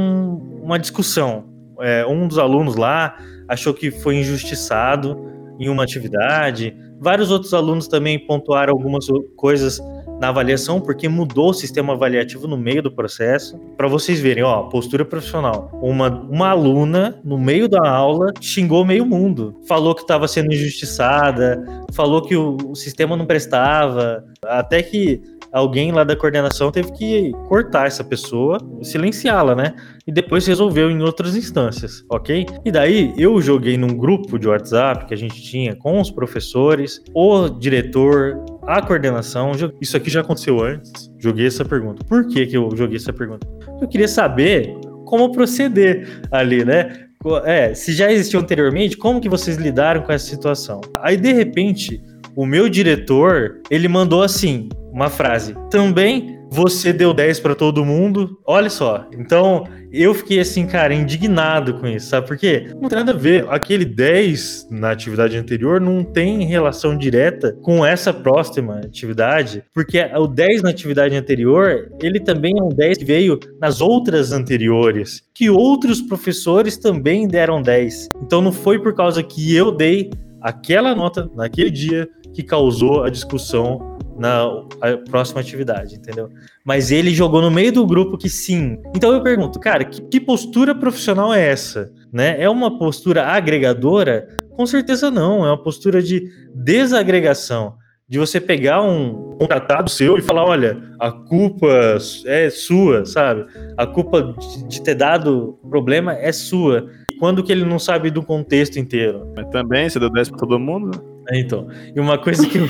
uma discussão. Um dos alunos lá achou que foi injustiçado em uma atividade. Vários outros alunos também pontuaram algumas coisas na avaliação, porque mudou o sistema avaliativo no meio do processo. Para vocês verem, ó, postura profissional. Uma aluna, no meio da aula, xingou meio mundo. Falou que estava sendo injustiçada, falou que o sistema não prestava, até que alguém lá da coordenação teve que cortar essa pessoa, silenciá-la, né? E depois resolveu em outras instâncias, ok? E daí eu joguei num grupo de WhatsApp que a gente tinha com os professores, o diretor, a coordenação. Isso aqui já aconteceu antes. Joguei essa pergunta. Por que eu joguei essa pergunta? Eu queria saber como proceder ali, né? Se já existiu anteriormente, como que vocês lidaram com essa situação? Aí, de repente, o meu diretor, ele mandou assim, uma frase. Também você deu 10 para todo mundo. Olha só. Então, eu fiquei assim, cara, indignado com isso, sabe? Porque não tem nada a ver. Aquele 10 na atividade anterior não tem relação direta com essa próxima atividade, porque o 10 na atividade anterior, ele também é um 10 que veio nas outras anteriores, que outros professores também deram 10. Então, não foi por causa que eu dei aquela nota naquele dia que causou a discussão na próxima atividade, entendeu? Mas ele jogou no meio do grupo que sim. Então eu pergunto, cara, que postura profissional é essa? Né? É uma postura agregadora? Com certeza não, é uma postura de desagregação, de você pegar um contratado seu e falar, olha, a culpa é sua, sabe? A culpa de ter dado problema é sua. Quando que ele não sabe do contexto inteiro? Mas também, você deu 10 pra todo mundo, né? Então, e uma coisa que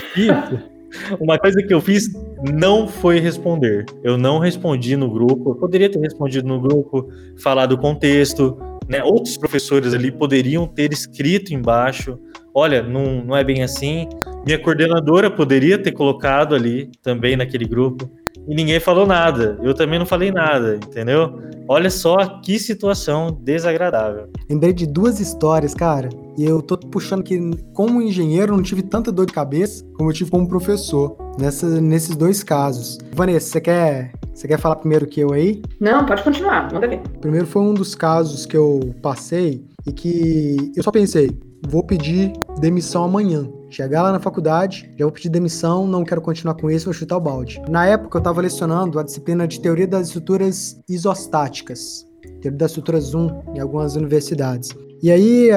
eu fiz não foi responder. Eu não respondi no grupo. Eu poderia ter respondido no grupo, falar do contexto, né? Outros professores ali poderiam ter escrito embaixo, olha, não é bem assim. Minha coordenadora poderia ter colocado ali também naquele grupo. E ninguém falou nada. Eu também não falei nada, entendeu? Olha só que situação desagradável. Lembrei de 2 histórias, cara. E eu tô puxando que, como engenheiro, eu não tive tanta dor de cabeça como eu tive como professor. Nesses 2 casos. Vanessa, você quer falar primeiro que eu aí? Não, pode continuar, manda ver. Primeiro foi um dos casos que eu passei e que eu só pensei, vou pedir demissão amanhã. Chegar lá na faculdade, já vou pedir demissão, não quero continuar com isso, vou chutar o balde. Na época, eu estava lecionando a disciplina de Teoria das Estruturas Isostáticas, Teoria das Estruturas 1, em algumas universidades. E aí,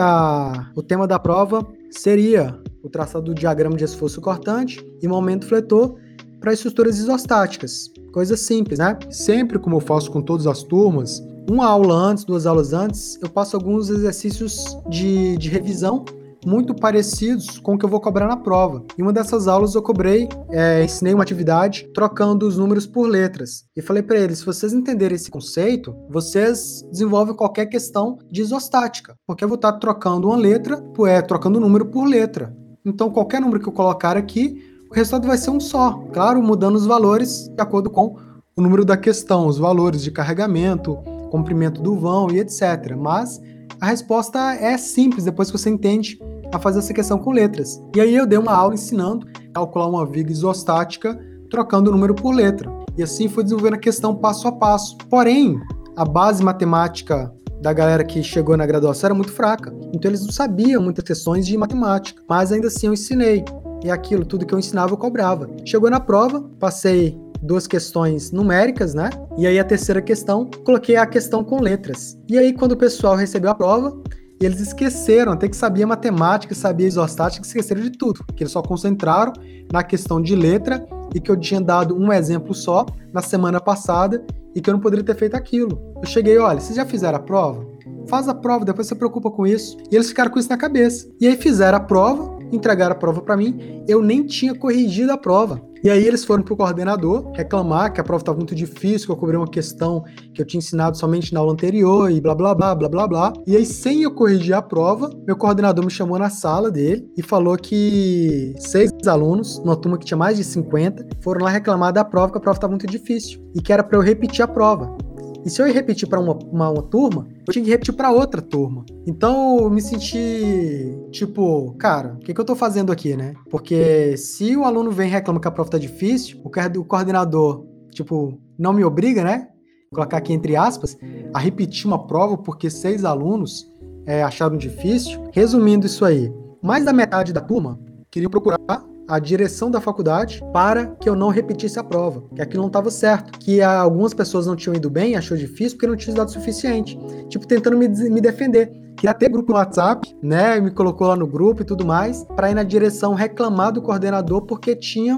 o tema da prova seria o traçado do diagrama de esforço cortante e momento fletor para estruturas isostáticas. Coisa simples, né? Sempre, como eu faço com todas as turmas, uma aula antes, 2 aulas antes, eu passo alguns exercícios de revisão muito parecidos com o que eu vou cobrar na prova. Em uma dessas aulas eu ensinei uma atividade trocando os números por letras. E falei para eles, se vocês entenderem esse conceito, vocês desenvolvem qualquer questão de isostática, porque eu vou estar trocando uma letra, trocando o número por letra. Então qualquer número que eu colocar aqui, o resultado vai ser um só. Claro, mudando os valores de acordo com o número da questão, os valores de carregamento, comprimento do vão e etc. Mas a resposta é simples, depois que você entende a fazer essa questão com letras. E aí eu dei uma aula ensinando a calcular uma viga isostática trocando o número por letra. E assim fui desenvolvendo a questão passo a passo. Porém, a base matemática da galera que chegou na graduação era muito fraca. Então eles não sabiam muitas questões de matemática. Mas ainda assim eu ensinei. E aquilo, tudo que eu ensinava, eu cobrava. Chegou na prova, passei 2 questões numéricas, né? E aí a terceira questão, coloquei a questão com letras. E aí quando o pessoal recebeu a prova, eles esqueceram, até que sabia matemática, sabia isostática, esqueceram de tudo. Que eles só concentraram na questão de letra e que eu tinha dado um exemplo só na semana passada e que eu não poderia ter feito aquilo. Eu cheguei, olha, vocês já fizeram a prova? Faz a prova, depois você se preocupa com isso. E eles ficaram com isso na cabeça. E aí fizeram a prova, entregaram a prova para mim, eu nem tinha corrigido a prova. E aí eles foram pro coordenador reclamar que a prova estava muito difícil, que eu cobrei uma questão que eu tinha ensinado somente na aula anterior e blá blá blá blá blá blá. E aí, sem eu corrigir a prova, meu coordenador me chamou na sala dele e falou que 6 alunos, numa turma que tinha mais de 50, foram lá reclamar da prova, que a prova estava muito difícil e que era para eu repetir a prova. E se eu ia repetir para uma turma, eu tinha que repetir para outra turma. Então eu me senti tipo, cara, o que eu tô fazendo aqui, né? Porque se o aluno vem e reclama que a prova tá difícil, o coordenador, tipo, não me obriga, né? Vou colocar aqui entre aspas, a repetir uma prova porque 6 alunos acharam difícil. Resumindo isso aí, mais da metade da turma queria procurar a direção da faculdade para que eu não repetisse a prova, que aquilo não estava certo, que algumas pessoas não tinham ido bem, achou difícil porque não tinha estudado o suficiente, tipo, tentando me defender. Queria ter grupo no WhatsApp, né, me colocou lá no grupo e tudo mais, para ir na direção reclamar do coordenador porque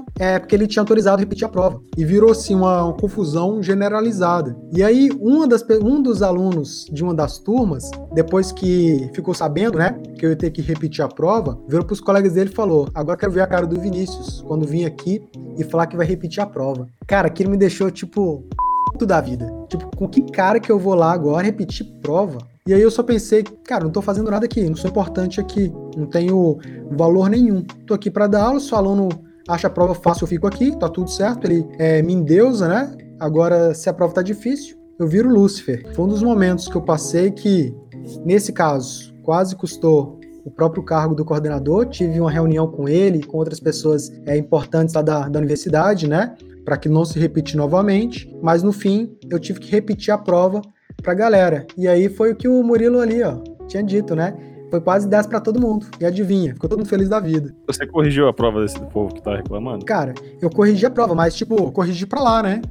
ele tinha autorizado repetir a prova. E virou, assim, uma confusão generalizada. E aí, um dos alunos de uma das turmas, depois que ficou sabendo, né, que eu ia ter que repetir a prova, virou pros colegas dele e falou, agora quero ver a cara do Vinícius, quando vir aqui e falar que vai repetir a prova. Cara, aquilo me deixou, tipo, puto da vida. Tipo, com que cara que eu vou lá agora repetir prova? E aí eu só pensei, cara, não tô fazendo nada aqui, não sou importante aqui, não tenho valor nenhum. Tô aqui pra dar aula, se o aluno acha a prova fácil, eu fico aqui, tá tudo certo, ele me endeusa, né? Agora, se a prova tá difícil, eu viro Lúcifer. Foi um dos momentos que eu passei que, nesse caso, quase custou o próprio cargo do coordenador. Tive uma reunião com ele e com outras pessoas importantes lá da universidade, né? Para que não se repita novamente. Mas, no fim, eu tive que repetir a prova pra galera. E aí foi o que o Murilo ali, ó, tinha dito, né? Foi quase 10 pra todo mundo. E adivinha, ficou todo mundo feliz da vida. Você corrigiu a prova desse povo que tá reclamando? Cara, eu corrigi a prova, mas, corrigi pra lá, né?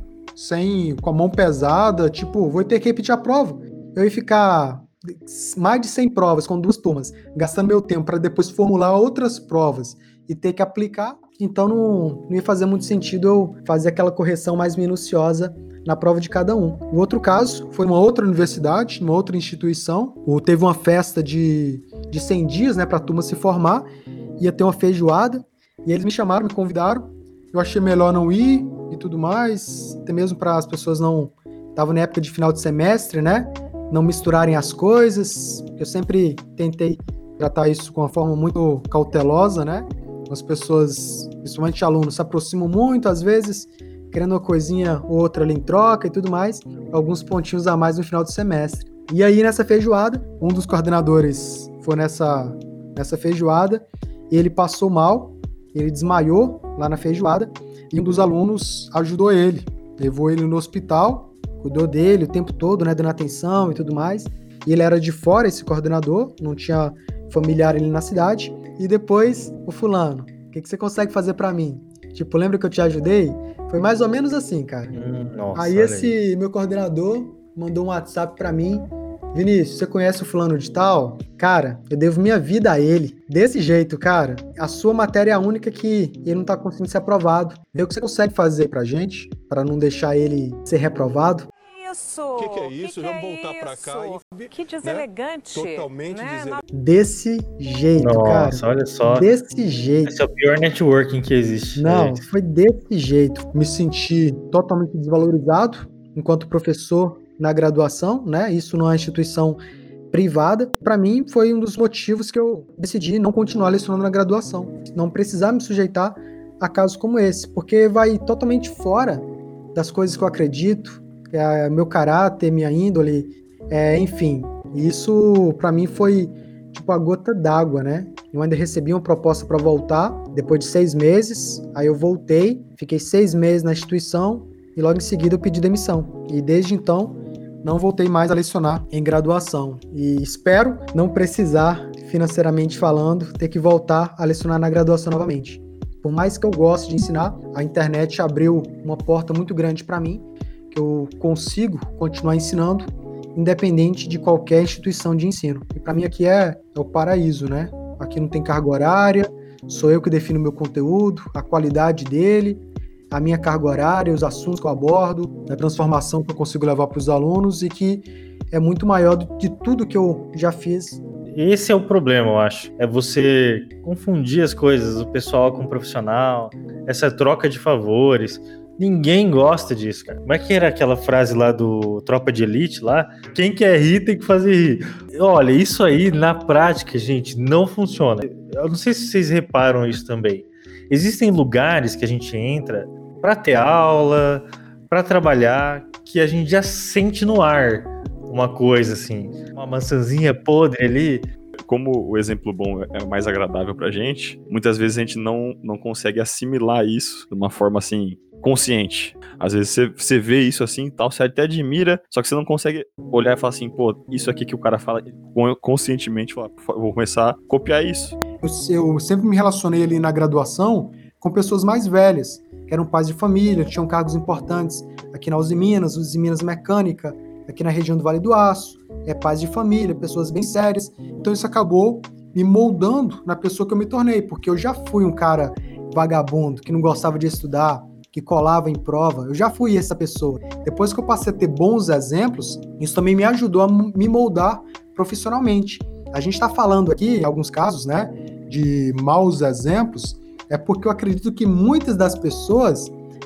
Com a mão pesada, vou ter que repetir a prova. Eu ia ficar mais de 100 provas com 2 turmas, gastando meu tempo para depois formular outras provas e ter que aplicar. Então não ia fazer muito sentido eu fazer aquela correção mais minuciosa na prova de cada um. O outro caso foi numa outra universidade, numa outra instituição. Teve uma festa de 100 dias, né, para a turma se formar. Ia ter uma feijoada e eles me chamaram, me convidaram. Eu achei melhor não ir e tudo mais, até mesmo para as pessoas não... Estavam na época de final de semestre, né? Não misturarem as coisas. Eu sempre tentei tratar isso com uma forma muito cautelosa, né? As pessoas, principalmente alunos, se aproximam muito, às vezes, querendo uma coisinha ou outra ali em troca e tudo mais, alguns pontinhos a mais no final do semestre. E aí, nessa feijoada, um dos coordenadores foi nessa feijoada e ele passou mal, ele desmaiou lá na feijoada e um dos alunos ajudou ele, levou ele no hospital, cuidou dele o tempo todo, né, dando atenção e tudo mais. E ele era de fora, esse coordenador, não tinha familiar ali na cidade. E depois, o fulano, o que você consegue fazer pra mim? Lembra que eu te ajudei? Foi mais ou menos assim, cara. Nossa, aí esse meu coordenador mandou um WhatsApp pra mim. Vinícius, você conhece o fulano de tal? Cara, eu devo minha vida a ele. Desse jeito, cara, a sua matéria é a única que ele não tá conseguindo ser aprovado. Vê o que você consegue fazer pra gente, pra não deixar ele ser reprovado. Isso! O que é isso? Vamos voltar pra cá. Que deselegante. Totalmente deselegante. Desse jeito, cara. Nossa, olha só. Desse jeito. Esse é o pior networking que existe. Não, foi desse jeito. Me senti totalmente desvalorizado enquanto professor na graduação, né? Isso numa instituição privada. Para mim, foi um dos motivos que eu decidi não continuar lecionando na graduação. Não precisar me sujeitar a casos como esse, porque vai totalmente fora das coisas que eu acredito, meu caráter, minha índole, enfim. Isso, para mim, foi a gota d'água, né? Eu ainda recebi uma proposta para voltar, depois de 6 meses, aí eu voltei, fiquei 6 meses na instituição e logo em seguida eu pedi demissão. E desde então, não voltei mais a lecionar em graduação. E espero não precisar, financeiramente falando, ter que voltar a lecionar na graduação novamente. Por mais que eu goste de ensinar, a internet abriu uma porta muito grande para mim, que eu consigo continuar ensinando, independente de qualquer instituição de ensino. E para mim aqui é o paraíso, né? Aqui não tem carga horária, sou eu que defino o meu conteúdo, a qualidade dele, a minha carga horária, os assuntos que eu abordo, a transformação que eu consigo levar para os alunos e que é muito maior do que tudo que eu já fiz. Esse é o problema, eu acho. É você confundir as coisas, o pessoal com o profissional, essa troca de favores. Ninguém gosta disso, cara. Como é que era aquela frase lá do Tropa de Elite lá? Quem quer rir tem que fazer rir. Olha, isso aí, na prática, gente, não funciona. Eu não sei se vocês reparam isso também. Existem lugares que a gente entra para ter aula, para trabalhar, que a gente já sente no ar uma coisa assim, uma maçãzinha podre ali. Como o exemplo bom é mais agradável pra gente, muitas vezes a gente não consegue assimilar isso de uma forma assim, consciente. Às vezes você vê isso assim e tal, você até admira, só que você não consegue olhar e falar assim, pô, isso aqui que o cara fala, conscientemente, vou começar a copiar isso. Eu sempre me relacionei ali na graduação com pessoas mais velhas, que eram pais de família, tinham cargos importantes aqui na Uzi Minas Mecânica, aqui na região do Vale do Aço, pais de família, pessoas bem sérias. Então isso acabou me moldando na pessoa que eu me tornei, porque eu já fui um cara vagabundo, que não gostava de estudar, que colava em prova, eu já fui essa pessoa. Depois que eu passei a ter bons exemplos, isso também me ajudou a me moldar profissionalmente. A gente está falando aqui, em alguns casos, né, de maus exemplos, é porque eu acredito que muitas das pessoas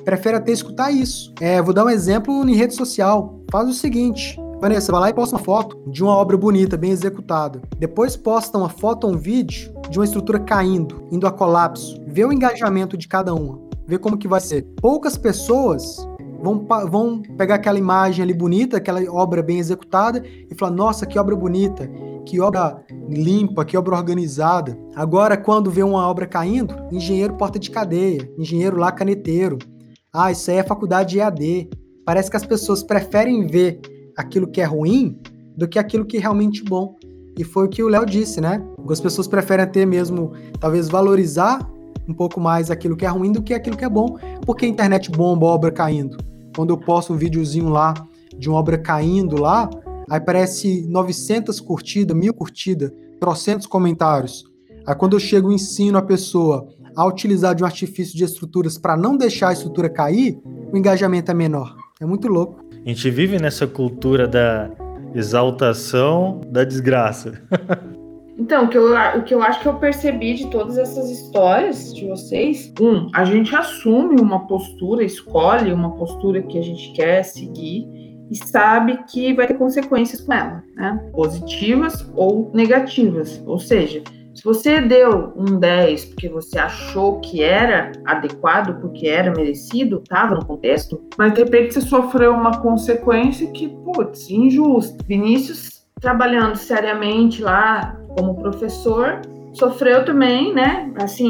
prefere até escutar isso. Vou dar um exemplo em rede social. Faz o seguinte, Vanessa, vai lá e posta uma foto de uma obra bonita, bem executada. Depois posta uma foto ou um vídeo de uma estrutura caindo, indo a colapso. Vê o engajamento de cada uma. Vê como que vai ser. Poucas pessoas vão pegar aquela imagem ali bonita, aquela obra bem executada e falar, nossa, que obra bonita, que obra limpa, que obra organizada. Agora, quando vê uma obra caindo, engenheiro porta de cadeia, engenheiro lá caneteiro. Isso aí é faculdade de EAD. Parece que as pessoas preferem ver aquilo que é ruim do que aquilo que é realmente bom. E foi o que o Léo disse, né? As pessoas preferem até mesmo, talvez, valorizar um pouco mais aquilo que é ruim do que aquilo que é bom. Porque a internet bomba, obra caindo. Quando eu posto um videozinho lá de uma obra caindo lá, aí parece 900 curtidas, 1000 curtidas, trocentos comentários. Aí quando eu chego e ensino a pessoa a utilizar de um artifício de estruturas para não deixar a estrutura cair, o engajamento é menor. É muito louco. A gente vive nessa cultura da exaltação da desgraça. Então, o que eu acho que eu percebi de todas essas histórias de vocês, a gente assume uma postura, escolhe uma postura que a gente quer seguir e sabe que vai ter consequências com ela, né? Positivas ou negativas. Ou seja, se você deu um 10 porque você achou que era adequado, porque era merecido, estava no contexto, mas de repente você sofreu uma consequência que, injusta. Vinícius, trabalhando seriamente lá como professor, sofreu também, né, assim,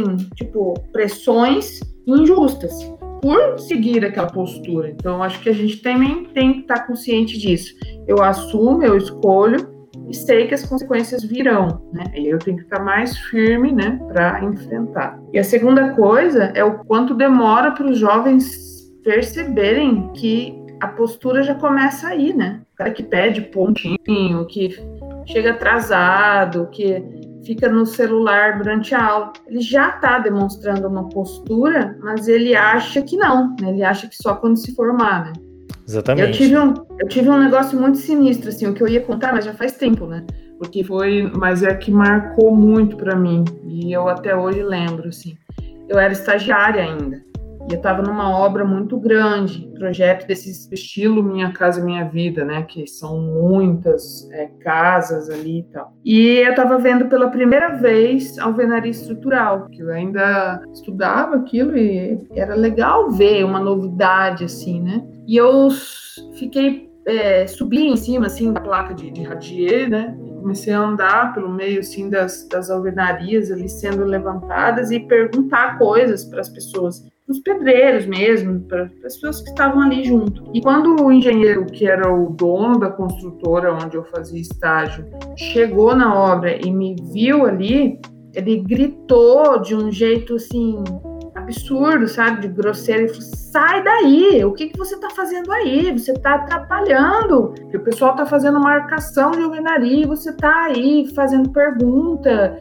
pressões injustas por seguir aquela postura. Então, acho que a gente também tem que estar consciente disso. Eu assumo, eu escolho e sei que as consequências virão, né? E eu tenho que estar mais firme, né, para enfrentar. E a segunda coisa é o quanto demora para os jovens perceberem que a postura já começa aí, né? O cara que pede pontinho, que chega atrasado, que fica no celular durante a aula, ele já está demonstrando uma postura, mas ele acha que não, né? Ele acha que só quando se formar, né? Exatamente. Eu tive um negócio muito sinistro, assim, o que eu ia contar, mas já faz tempo, né? Mas é que marcou muito para mim, e eu até hoje lembro, assim. Eu era estagiária ainda, e eu estava numa obra muito grande, projeto desse estilo Minha Casa Minha Vida, né, que são muitas casas ali e tal. E eu estava vendo pela primeira vez alvenaria estrutural, que eu ainda estudava aquilo e era legal ver uma novidade assim, né. E eu subi em cima assim da placa de radier, né, comecei a andar pelo meio assim das alvenarias ali sendo levantadas e perguntar coisas para as pessoas, os pedreiros mesmo, para as pessoas que estavam ali junto. E quando o engenheiro, que era o dono da construtora onde eu fazia estágio, chegou na obra e me viu ali, ele gritou de um jeito assim absurdo, sabe, de grosseiro, ele falou: sai daí, o que você está fazendo aí? Você está atrapalhando, porque o pessoal está fazendo marcação de alvenaria e você está aí fazendo pergunta,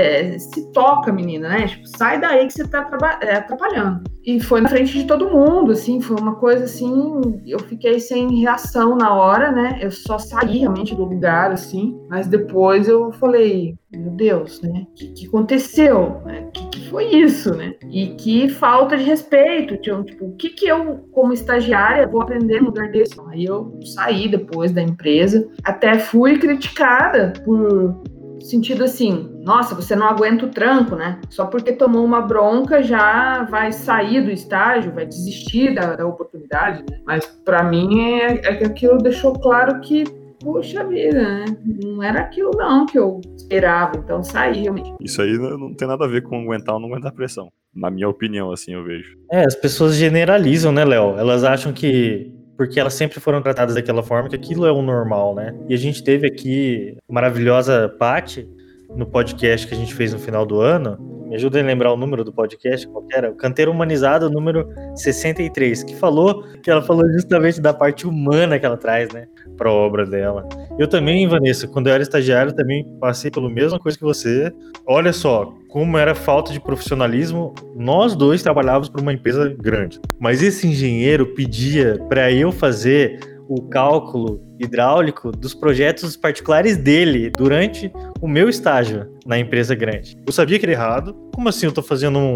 se toca, menina, né, sai daí que você está atrapalhando. E foi na frente de todo mundo, assim, foi uma coisa assim, eu fiquei sem reação na hora, né, eu só saí realmente do lugar, assim, mas depois eu falei, meu Deus, né, o que aconteceu, né, o que foi isso, né, e que falta de respeito, o que eu, como estagiária, vou aprender no lugar desse? Aí eu saí depois da empresa, até fui criticada por sentido assim, nossa, você não aguenta o tranco, né? Só porque tomou uma bronca já vai sair do estágio, vai desistir da oportunidade, né? Mas para mim é que aquilo deixou claro que, poxa vida, né? Não era aquilo não que eu esperava, então saí realmente. Isso aí não tem nada a ver com aguentar ou não aguentar pressão. Na minha opinião, assim, eu vejo. As pessoas generalizam, né, Léo? Elas acham que porque elas sempre foram tratadas daquela forma, que aquilo é o normal, né? E a gente teve aqui a maravilhosa Paty, no podcast que a gente fez no final do ano. Me ajuda a lembrar o número do podcast, qual era? O Canteiro Humanizado, número 63, que ela falou justamente da parte humana que ela traz, né, pra obra dela. Eu também, Vanessa, quando eu era estagiário, também passei pela mesma coisa que você. Olha só, como era falta de profissionalismo, nós dois trabalhávamos para uma empresa grande. Mas esse engenheiro pedia para eu fazer o cálculo hidráulico dos projetos particulares dele durante o meu estágio na empresa grande. Eu sabia que era errado. Como assim eu tô fazendo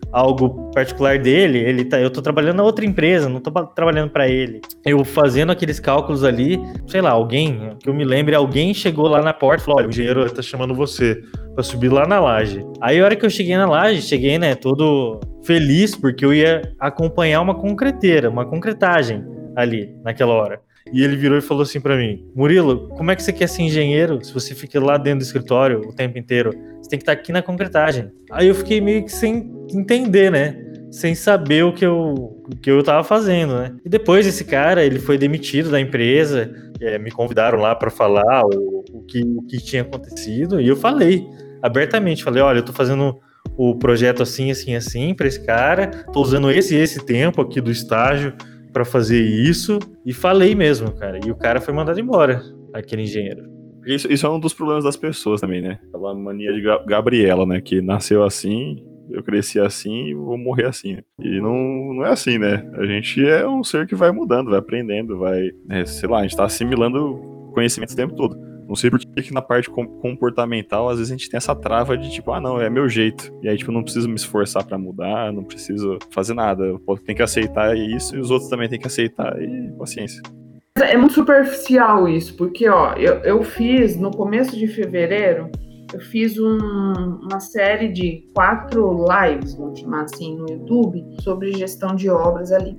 algo particular dele, eu tô trabalhando na outra empresa, não tô trabalhando para ele. Eu fazendo aqueles cálculos ali, sei lá, alguém, que eu me lembre, alguém chegou lá na porta e falou, olha, o engenheiro tá chamando você pra subir lá na laje. Aí a hora que eu cheguei na laje, né, todo feliz, porque eu ia acompanhar uma concretagem ali, naquela hora. E ele virou e falou assim pra mim, Murilo, como é que você quer ser engenheiro se você fica lá dentro do escritório o tempo inteiro? Você tem que estar aqui na concretagem. Aí eu fiquei meio que sem entender, né? Sem saber o que eu tava fazendo, né? E depois esse cara, ele foi demitido da empresa, me convidaram lá pra falar o que tinha acontecido, e eu falei abertamente, olha, eu tô fazendo o projeto assim, assim, assim pra esse cara, tô usando esse tempo aqui do estágio pra fazer isso, e falei mesmo, cara. E o cara foi mandado embora, aquele engenheiro. Isso é um dos problemas das pessoas também, né? Aquela mania de Gabriela, né? Que nasceu assim, eu cresci assim e vou morrer assim. E não é assim, né? A gente é um ser que vai mudando, vai aprendendo, sei lá, a gente tá assimilando conhecimentos o tempo todo. Não sei por que na parte comportamental, às vezes a gente tem essa trava de tipo, não, é meu jeito. E aí, tipo, eu não preciso me esforçar pra mudar, não preciso fazer nada. Eu tenho que aceitar isso e os outros também têm que aceitar e paciência. É muito superficial isso, porque, ó, eu fiz, no começo de fevereiro, eu fiz uma série de 4 lives, vamos chamar assim, no YouTube, sobre gestão de obras ali.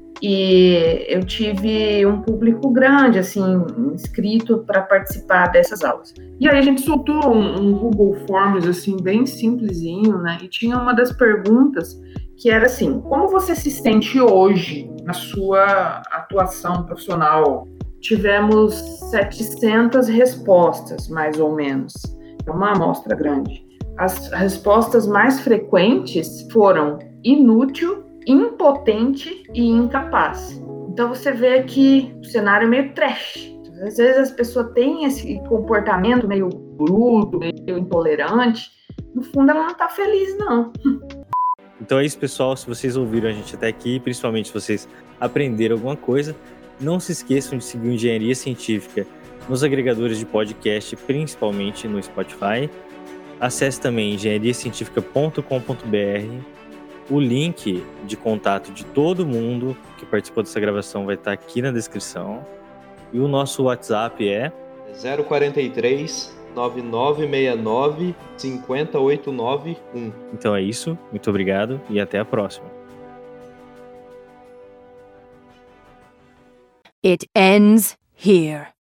E eu tive um público grande, assim, inscrito para participar dessas aulas. E aí a gente soltou um Google Forms, assim, bem simplesinho, né? E tinha uma das perguntas que era assim, como você se sente hoje na sua atuação profissional? Tivemos 700 respostas, mais ou menos. É uma amostra grande. As respostas mais frequentes foram inútil, impotente e incapaz. Então você vê que o cenário é meio trash. Às vezes as pessoas têm esse comportamento meio bruto, meio intolerante. No fundo ela não está feliz, não. Então é isso, pessoal. Se vocês ouviram a gente até aqui, principalmente se vocês aprenderam alguma coisa, não se esqueçam de seguir o Engenharia Científica nos agregadores de podcast, principalmente no Spotify. Acesse também engenhariacientifica.com.br. O link de contato de todo mundo que participou dessa gravação vai estar aqui na descrição. E o nosso WhatsApp é 043 9969 50891. Então é isso, muito obrigado e até a próxima. It ends here.